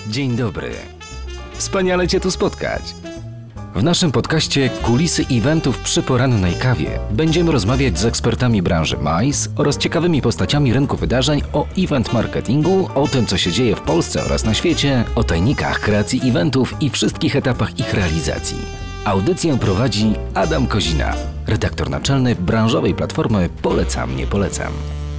Dzień dobry. Wspaniale Cię tu spotkać. W naszym podcaście Kulisy Eventów przy porannej kawie będziemy rozmawiać z ekspertami branży MICE oraz ciekawymi postaciami rynku wydarzeń o event marketingu, o tym, co się dzieje w Polsce oraz na świecie, o tajnikach kreacji eventów i wszystkich etapach ich realizacji. Audycję prowadzi Adam Kozina, redaktor naczelny branżowej platformy Polecam, nie polecam.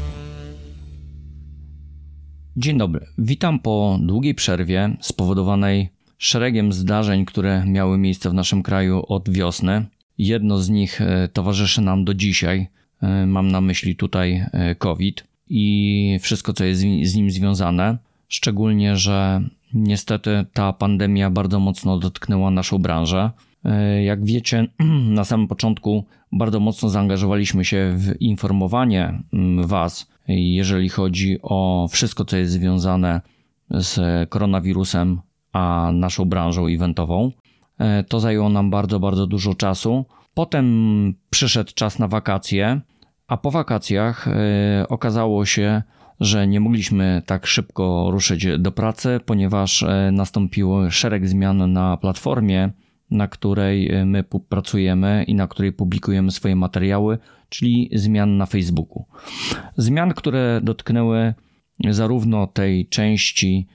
Dzień dobry. Witam po długiej przerwie spowodowanej szeregiem zdarzeń, które miały miejsce w naszym kraju od wiosny. Jedno z nich towarzyszy nam do dzisiaj. Mam na myśli tutaj COVID i wszystko, co jest z nim związane. Szczególnie, że niestety ta pandemia bardzo mocno dotknęła naszą branżę. Jak wiecie, na samym początku bardzo mocno zaangażowaliśmy się w informowanie Was, jeżeli chodzi o wszystko, co jest związane z koronawirusem, a naszą branżą eventową. To zajęło nam bardzo, bardzo dużo czasu. Potem przyszedł czas na wakacje, a po wakacjach okazało się, że nie mogliśmy tak szybko ruszyć do pracy, ponieważ nastąpił szereg zmian na platformie, na której my pracujemy i na której publikujemy swoje materiały, czyli zmian na Facebooku. Zmian, które dotknęły zarówno tej części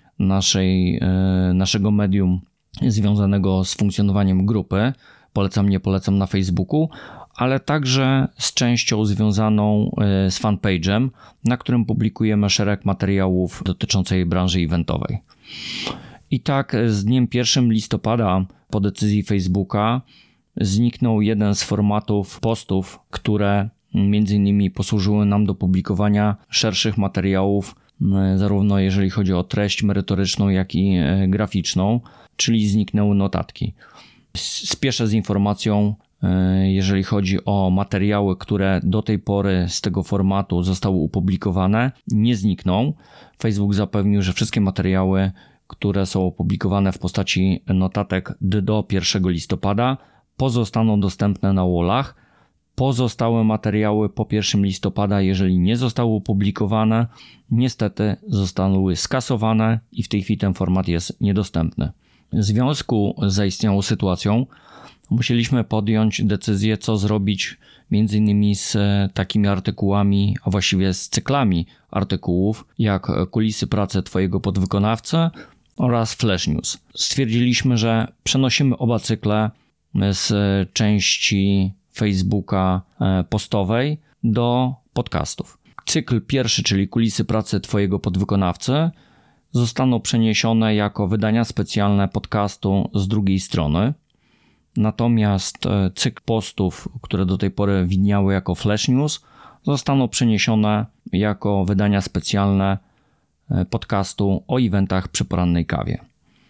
naszego medium związanego z funkcjonowaniem grupy Polecam, nie polecam na Facebooku, ale także z częścią związaną z fanpage'em, na którym publikujemy szereg materiałów dotyczących branży eventowej. I tak z dniem 1 listopada po decyzji Facebooka zniknął jeden z formatów postów, które między innymi posłużyły nam do publikowania szerszych materiałów, zarówno jeżeli chodzi o treść merytoryczną, jak i graficzną, czyli zniknęły notatki. Spieszę z informacją, jeżeli chodzi o materiały, które do tej pory z tego formatu zostały opublikowane, nie znikną. Facebook zapewnił, że wszystkie materiały, które są opublikowane w postaci notatek do 1 listopada, pozostaną dostępne na wallach. Pozostałe materiały po 1 listopada, jeżeli nie zostały opublikowane, niestety zostały skasowane i w tej chwili ten format jest niedostępny. W związku z zaistniałą sytuacją musieliśmy podjąć decyzję, co zrobić m.in. z takimi artykułami, a właściwie z cyklami artykułów, jak Kulisy pracy Twojego podwykonawcy oraz Flash News. Stwierdziliśmy, że przenosimy oba cykle z części Facebooka postowej do podcastów. Cykl pierwszy, czyli Kulisy pracy Twojego podwykonawcy, zostaną przeniesione jako wydania specjalne podcastu z drugiej strony. Natomiast cykl postów, które do tej pory widniały jako Flash News, zostaną przeniesione jako wydania specjalne podcastu o eventach przy porannej kawie.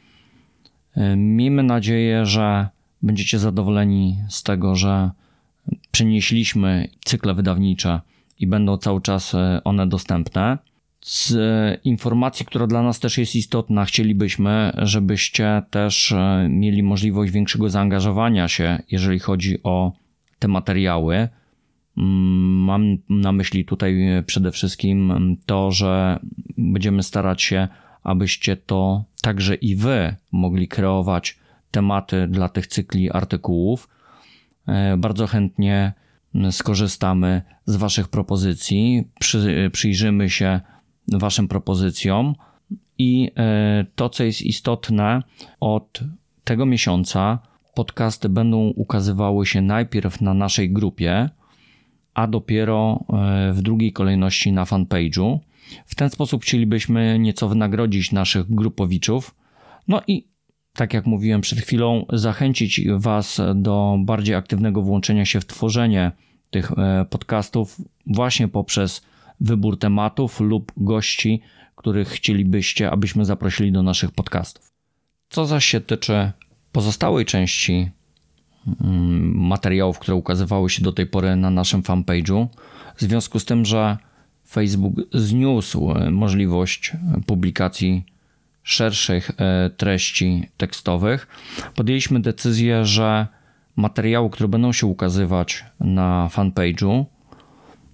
Miejmy nadzieję, że będziecie zadowoleni z tego, że przenieśliśmy cykle wydawnicze i będą cały czas one dostępne. Z informacji, która dla nas też jest istotna, chcielibyśmy, żebyście też mieli możliwość większego zaangażowania się, jeżeli chodzi o te materiały. Mam na myśli tutaj przede wszystkim to, że będziemy starać się, abyście to także i wy mogli kreować tematy dla tych cykli artykułów. Bardzo chętnie skorzystamy z waszych propozycji, przyjrzymy się waszym propozycjom i to, co jest istotne, od tego miesiąca podcasty będą ukazywały się najpierw na naszej grupie, a dopiero w drugiej kolejności na fanpage'u. W ten sposób chcielibyśmy nieco wynagrodzić naszych grupowiczów, no i tak jak mówiłem przed chwilą, zachęcić was do bardziej aktywnego włączenia się w tworzenie tych podcastów właśnie poprzez wybór tematów lub gości, których chcielibyście, abyśmy zaprosili do naszych podcastów. Co zaś się tyczy pozostałej części materiałów, które ukazywały się do tej pory na naszym fanpage'u, w związku z tym, że Facebook zniósł możliwość publikacji szerszych treści tekstowych, podjęliśmy decyzję, że materiały, które będą się ukazywać na fanpage'u,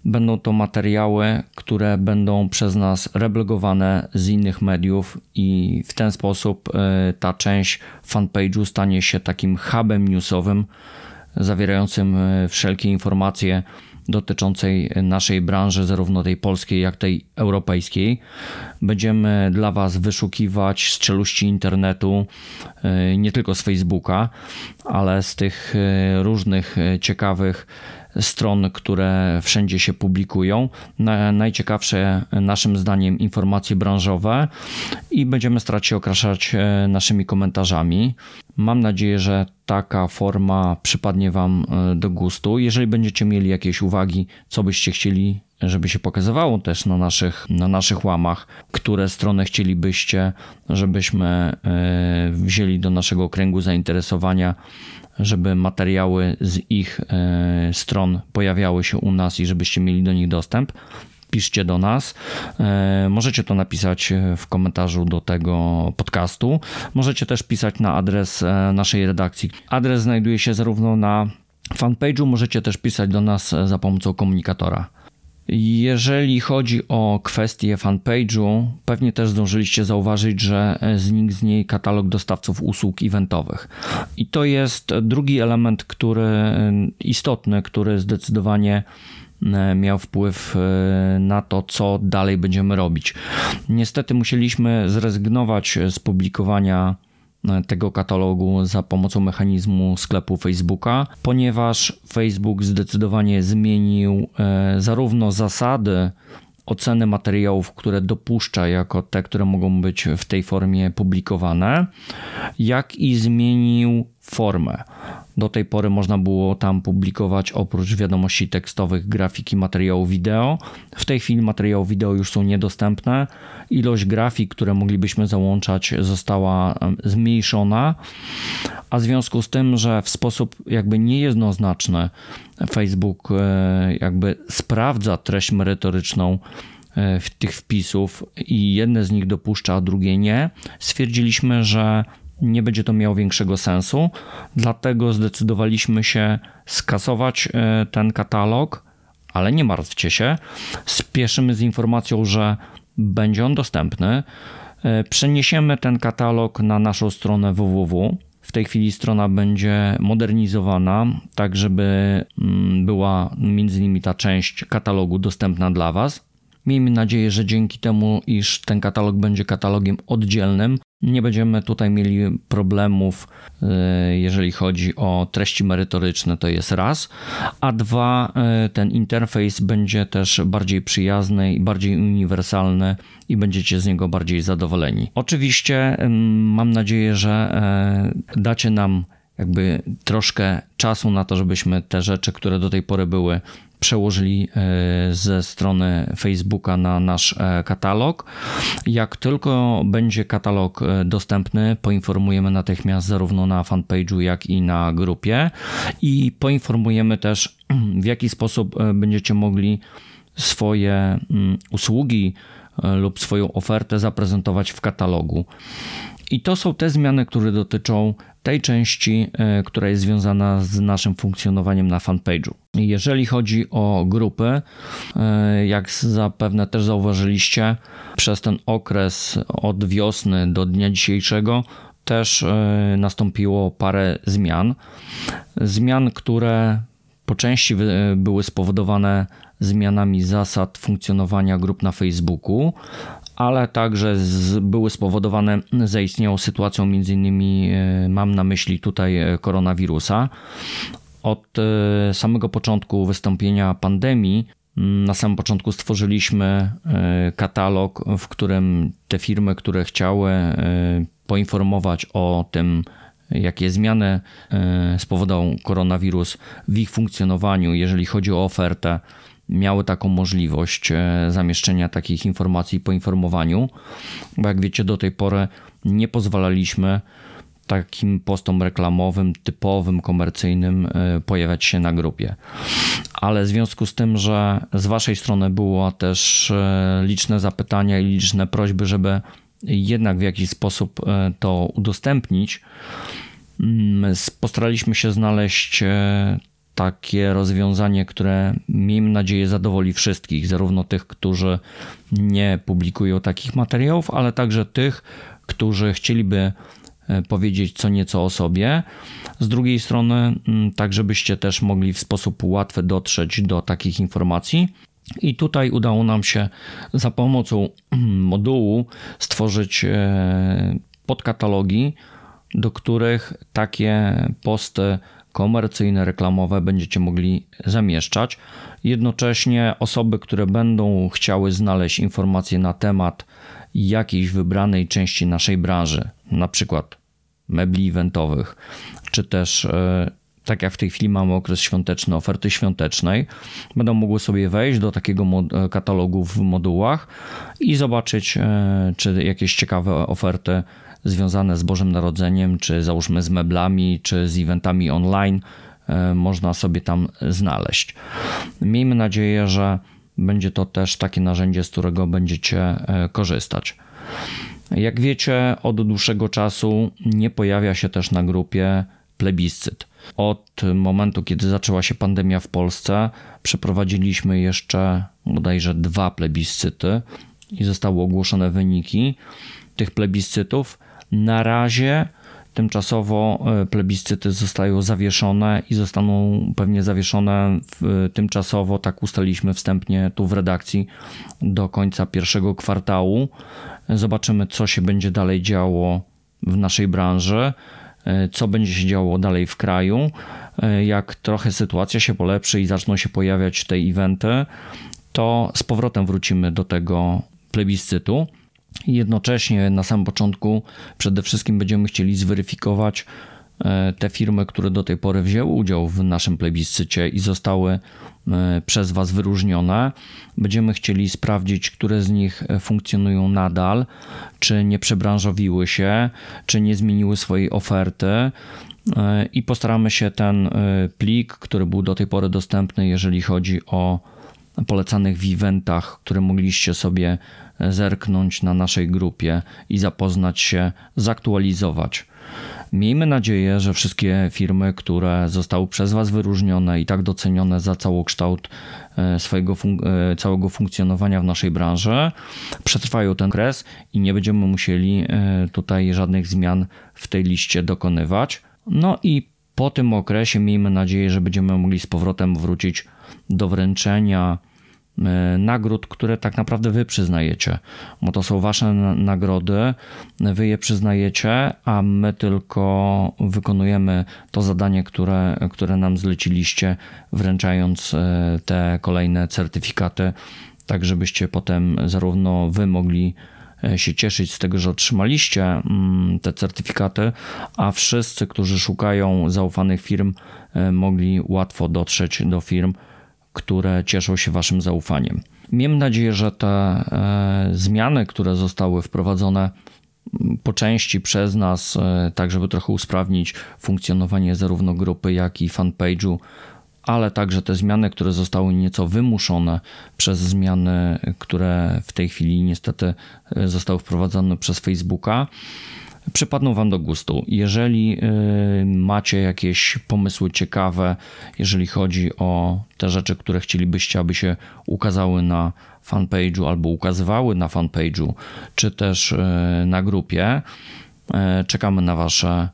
Będą to materiały, które będą przez nas reblogowane z innych mediów i w ten sposób ta część fanpage'u stanie się takim hubem newsowym zawierającym wszelkie informacje dotyczącej naszej branży, zarówno tej polskiej, jak i tej europejskiej. Będziemy dla Was wyszukiwać z czeluści internetu, nie tylko z Facebooka, ale z tych różnych ciekawych stron, które wszędzie się publikują. Najciekawsze naszym zdaniem informacje branżowe i będziemy starać się okraszać naszymi komentarzami. Mam nadzieję, że taka forma przypadnie Wam do gustu. Jeżeli będziecie mieli jakieś uwagi, co byście chcieli, żeby się pokazywało też na naszych łamach, które strony chcielibyście, żebyśmy wzięli do naszego kręgu zainteresowania, żeby materiały z ich stron pojawiały się u nas i żebyście mieli do nich dostęp, piszcie do nas. Możecie to napisać w komentarzu do tego podcastu. Możecie też pisać na adres naszej redakcji. Adres znajduje się zarówno na fanpage'u, możecie też pisać do nas za pomocą komunikatora. Jeżeli chodzi o kwestię fanpage'u, pewnie też zdążyliście zauważyć, że znikł z niej katalog dostawców usług eventowych. I to jest drugi element, istotny, który zdecydowanie miał wpływ na to, co dalej będziemy robić. Niestety musieliśmy zrezygnować z publikowania tego katalogu za pomocą mechanizmu sklepu Facebooka, ponieważ Facebook zdecydowanie zmienił zarówno zasady oceny materiałów, które dopuszcza jako te, które mogą być w tej formie publikowane, jak i zmienił formę. Do tej pory można było tam publikować oprócz wiadomości tekstowych, grafiki, materiału wideo. W tej chwili materiały wideo już są niedostępne. Ilość grafik, które moglibyśmy załączać, została zmniejszona, a w związku z tym, że w sposób jakby niejednoznaczny Facebook jakby sprawdza treść merytoryczną tych wpisów i jedne z nich dopuszcza, a drugie nie, stwierdziliśmy, że nie będzie to miało większego sensu, dlatego zdecydowaliśmy się skasować ten katalog, ale nie martwcie się, spieszymy z informacją, że będzie on dostępny. Przeniesiemy ten katalog na naszą stronę www. W tej chwili strona będzie modernizowana, tak żeby była między innymi ta część katalogu dostępna dla Was. Miejmy nadzieję, że dzięki temu, iż ten katalog będzie katalogiem oddzielnym, nie będziemy tutaj mieli problemów, jeżeli chodzi o treści merytoryczne, to jest raz, a dwa, ten interfejs będzie też bardziej przyjazny i bardziej uniwersalny i będziecie z niego bardziej zadowoleni. Oczywiście mam nadzieję, że dacie nam jakby troszkę czasu na to, żebyśmy te rzeczy, które do tej pory były, przełożyli ze strony Facebooka na nasz katalog. Jak tylko będzie katalog dostępny, poinformujemy natychmiast zarówno na fanpage'u, jak i na grupie i poinformujemy też, w jaki sposób będziecie mogli swoje usługi lub swoją ofertę zaprezentować w katalogu. I to są te zmiany, które dotyczą tej części, która jest związana z naszym funkcjonowaniem na fanpage'u. Jeżeli chodzi o grupy, jak zapewne też zauważyliście, przez ten okres od wiosny do dnia dzisiejszego też nastąpiło parę zmian. Zmian, które po części były spowodowane zmianami zasad funkcjonowania grup na Facebooku, ale także były spowodowane zaistniałą sytuacją, między innymi mam na myśli tutaj koronawirusa. Od samego początku wystąpienia pandemii, na samym początku stworzyliśmy katalog, w którym te firmy, które chciały poinformować o tym, jakie zmiany spowodował koronawirus w ich funkcjonowaniu, jeżeli chodzi o ofertę, miały taką możliwość zamieszczenia takich informacji po informowaniu, bo jak wiecie, do tej pory nie pozwalaliśmy takim postom reklamowym, typowym, komercyjnym pojawiać się na grupie. Ale w związku z tym, że z Waszej strony było też liczne zapytania i liczne prośby, żeby jednak w jakiś sposób to udostępnić, postaraliśmy się znaleźć takie rozwiązanie, które miejmy nadzieję zadowoli wszystkich, zarówno tych, którzy nie publikują takich materiałów, ale także tych, którzy chcieliby powiedzieć co nieco o sobie. Z drugiej strony, tak żebyście też mogli w sposób łatwy dotrzeć do takich informacji. I tutaj udało nam się za pomocą modułu stworzyć podkatalogi, do których takie posty komercyjne, reklamowe będziecie mogli zamieszczać. Jednocześnie osoby, które będą chciały znaleźć informacje na temat jakiejś wybranej części naszej branży, na przykład mebli eventowych, czy też tak jak w tej chwili mamy okres świąteczny, oferty świątecznej, będą mogły sobie wejść do takiego katalogu w modułach i zobaczyć, czy jakieś ciekawe oferty związane z Bożym Narodzeniem, czy załóżmy z meblami, czy z eventami online można sobie tam znaleźć. Miejmy nadzieję, że będzie to też takie narzędzie, z którego będziecie korzystać. Jak wiecie, od dłuższego czasu nie pojawia się też na grupie plebiscyt. Od momentu, kiedy zaczęła się pandemia w Polsce, przeprowadziliśmy jeszcze bodajże 2 plebiscyty i zostały ogłoszone wyniki tych plebiscytów. Na razie tymczasowo plebiscyty zostają zawieszone i zostaną pewnie zawieszone tymczasowo, tak ustaliliśmy wstępnie tu w redakcji, do końca pierwszego kwartału. Zobaczymy, co się będzie dalej działo w naszej branży, co będzie się działo dalej w kraju. Jak trochę sytuacja się polepszy i zaczną się pojawiać te eventy, to z powrotem wrócimy do tego plebiscytu. Jednocześnie na samym początku przede wszystkim będziemy chcieli zweryfikować te firmy, które do tej pory wzięły udział w naszym plebiscycie i zostały przez Was wyróżnione. Będziemy chcieli sprawdzić, które z nich funkcjonują nadal, czy nie przebranżowiły się, czy nie zmieniły swojej oferty i postaramy się ten plik, który był do tej pory dostępny, jeżeli chodzi o polecanych w eventach, które mogliście sobie zerknąć na naszej grupie i zapoznać się, zaktualizować. Miejmy nadzieję, że wszystkie firmy, które zostały przez Was wyróżnione i tak docenione za całokształt swojego całego funkcjonowania w naszej branży, przetrwają ten okres i nie będziemy musieli tutaj żadnych zmian w tej liście dokonywać. No i po tym okresie miejmy nadzieję, że będziemy mogli z powrotem wrócić do wręczenia nagród, które tak naprawdę Wy przyznajecie, bo to są Wasze nagrody, Wy je przyznajecie, a my tylko wykonujemy to zadanie, które nam zleciliście, wręczając te kolejne certyfikaty, tak żebyście potem zarówno Wy mogli się cieszyć z tego, że otrzymaliście te certyfikaty, a wszyscy, którzy szukają zaufanych firm, mogli łatwo dotrzeć do firm, które cieszą się Waszym zaufaniem. Miejmy nadzieję, że te zmiany, które zostały wprowadzone po części przez nas, tak żeby trochę usprawnić funkcjonowanie zarówno grupy, jak i fanpage'u, ale także te zmiany, które zostały nieco wymuszone przez zmiany, które w tej chwili niestety zostały wprowadzone przez Facebooka, przypadną Wam do gustu. Jeżeli macie jakieś pomysły ciekawe, jeżeli chodzi o te rzeczy, które chcielibyście, aby się ukazały na fanpage'u albo ukazywały na fanpage'u, czy też na grupie, czekamy na Wasze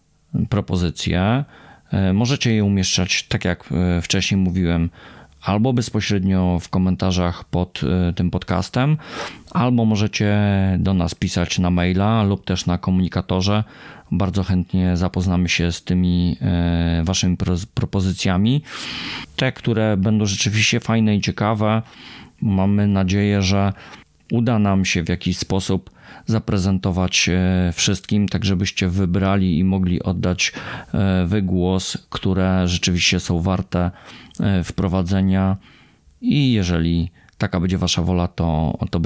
propozycje. Możecie je umieszczać, tak jak wcześniej mówiłem, albo bezpośrednio w komentarzach pod tym podcastem, albo możecie do nas pisać na maila lub też na komunikatorze. Bardzo chętnie zapoznamy się z tymi Waszymi propozycjami. Te, które będą rzeczywiście fajne i ciekawe, mamy nadzieję, że uda nam się w jakiś sposób zaprezentować wszystkim, tak żebyście wybrali i mogli oddać wygłos, które rzeczywiście są warte wprowadzenia i jeżeli taka będzie Wasza wola, to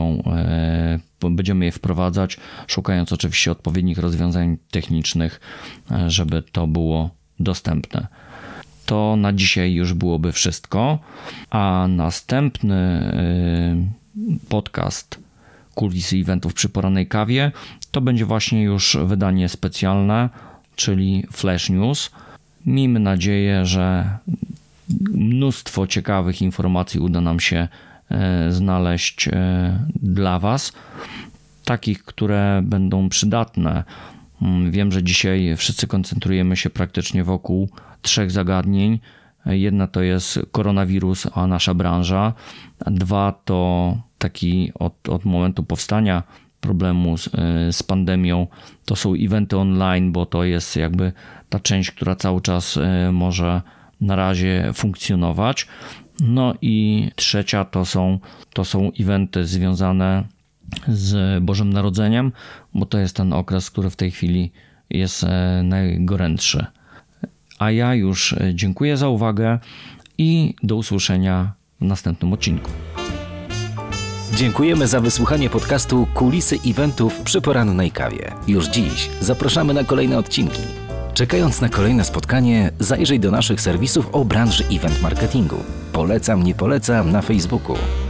będziemy je wprowadzać, szukając oczywiście odpowiednich rozwiązań technicznych, żeby to było dostępne. To na dzisiaj już byłoby wszystko, a następny podcast Kulisy Eventów przy porannej kawie to będzie właśnie już wydanie specjalne, czyli Flash News. Miejmy nadzieję, że mnóstwo ciekawych informacji uda nam się znaleźć dla Was, takich, które będą przydatne. Wiem, że dzisiaj wszyscy koncentrujemy się praktycznie wokół 3 zagadnień. Jedna to jest koronawirus, a nasza branża. 2 to taki od momentu powstania problemu z pandemią, to są eventy online, bo to jest jakby ta część, która cały czas może na razie funkcjonować. No i 3 to są eventy związane z Bożym Narodzeniem, bo to jest ten okres, który w tej chwili jest najgorętszy. A ja już dziękuję za uwagę i do usłyszenia w następnym odcinku. Dziękujemy za wysłuchanie podcastu Kulisy Eventów przy porannej kawie. Już dziś zapraszamy na kolejne odcinki. Czekając na kolejne spotkanie, zajrzyj do naszych serwisów o branży event marketingu. Polecam, nie polecam na Facebooku.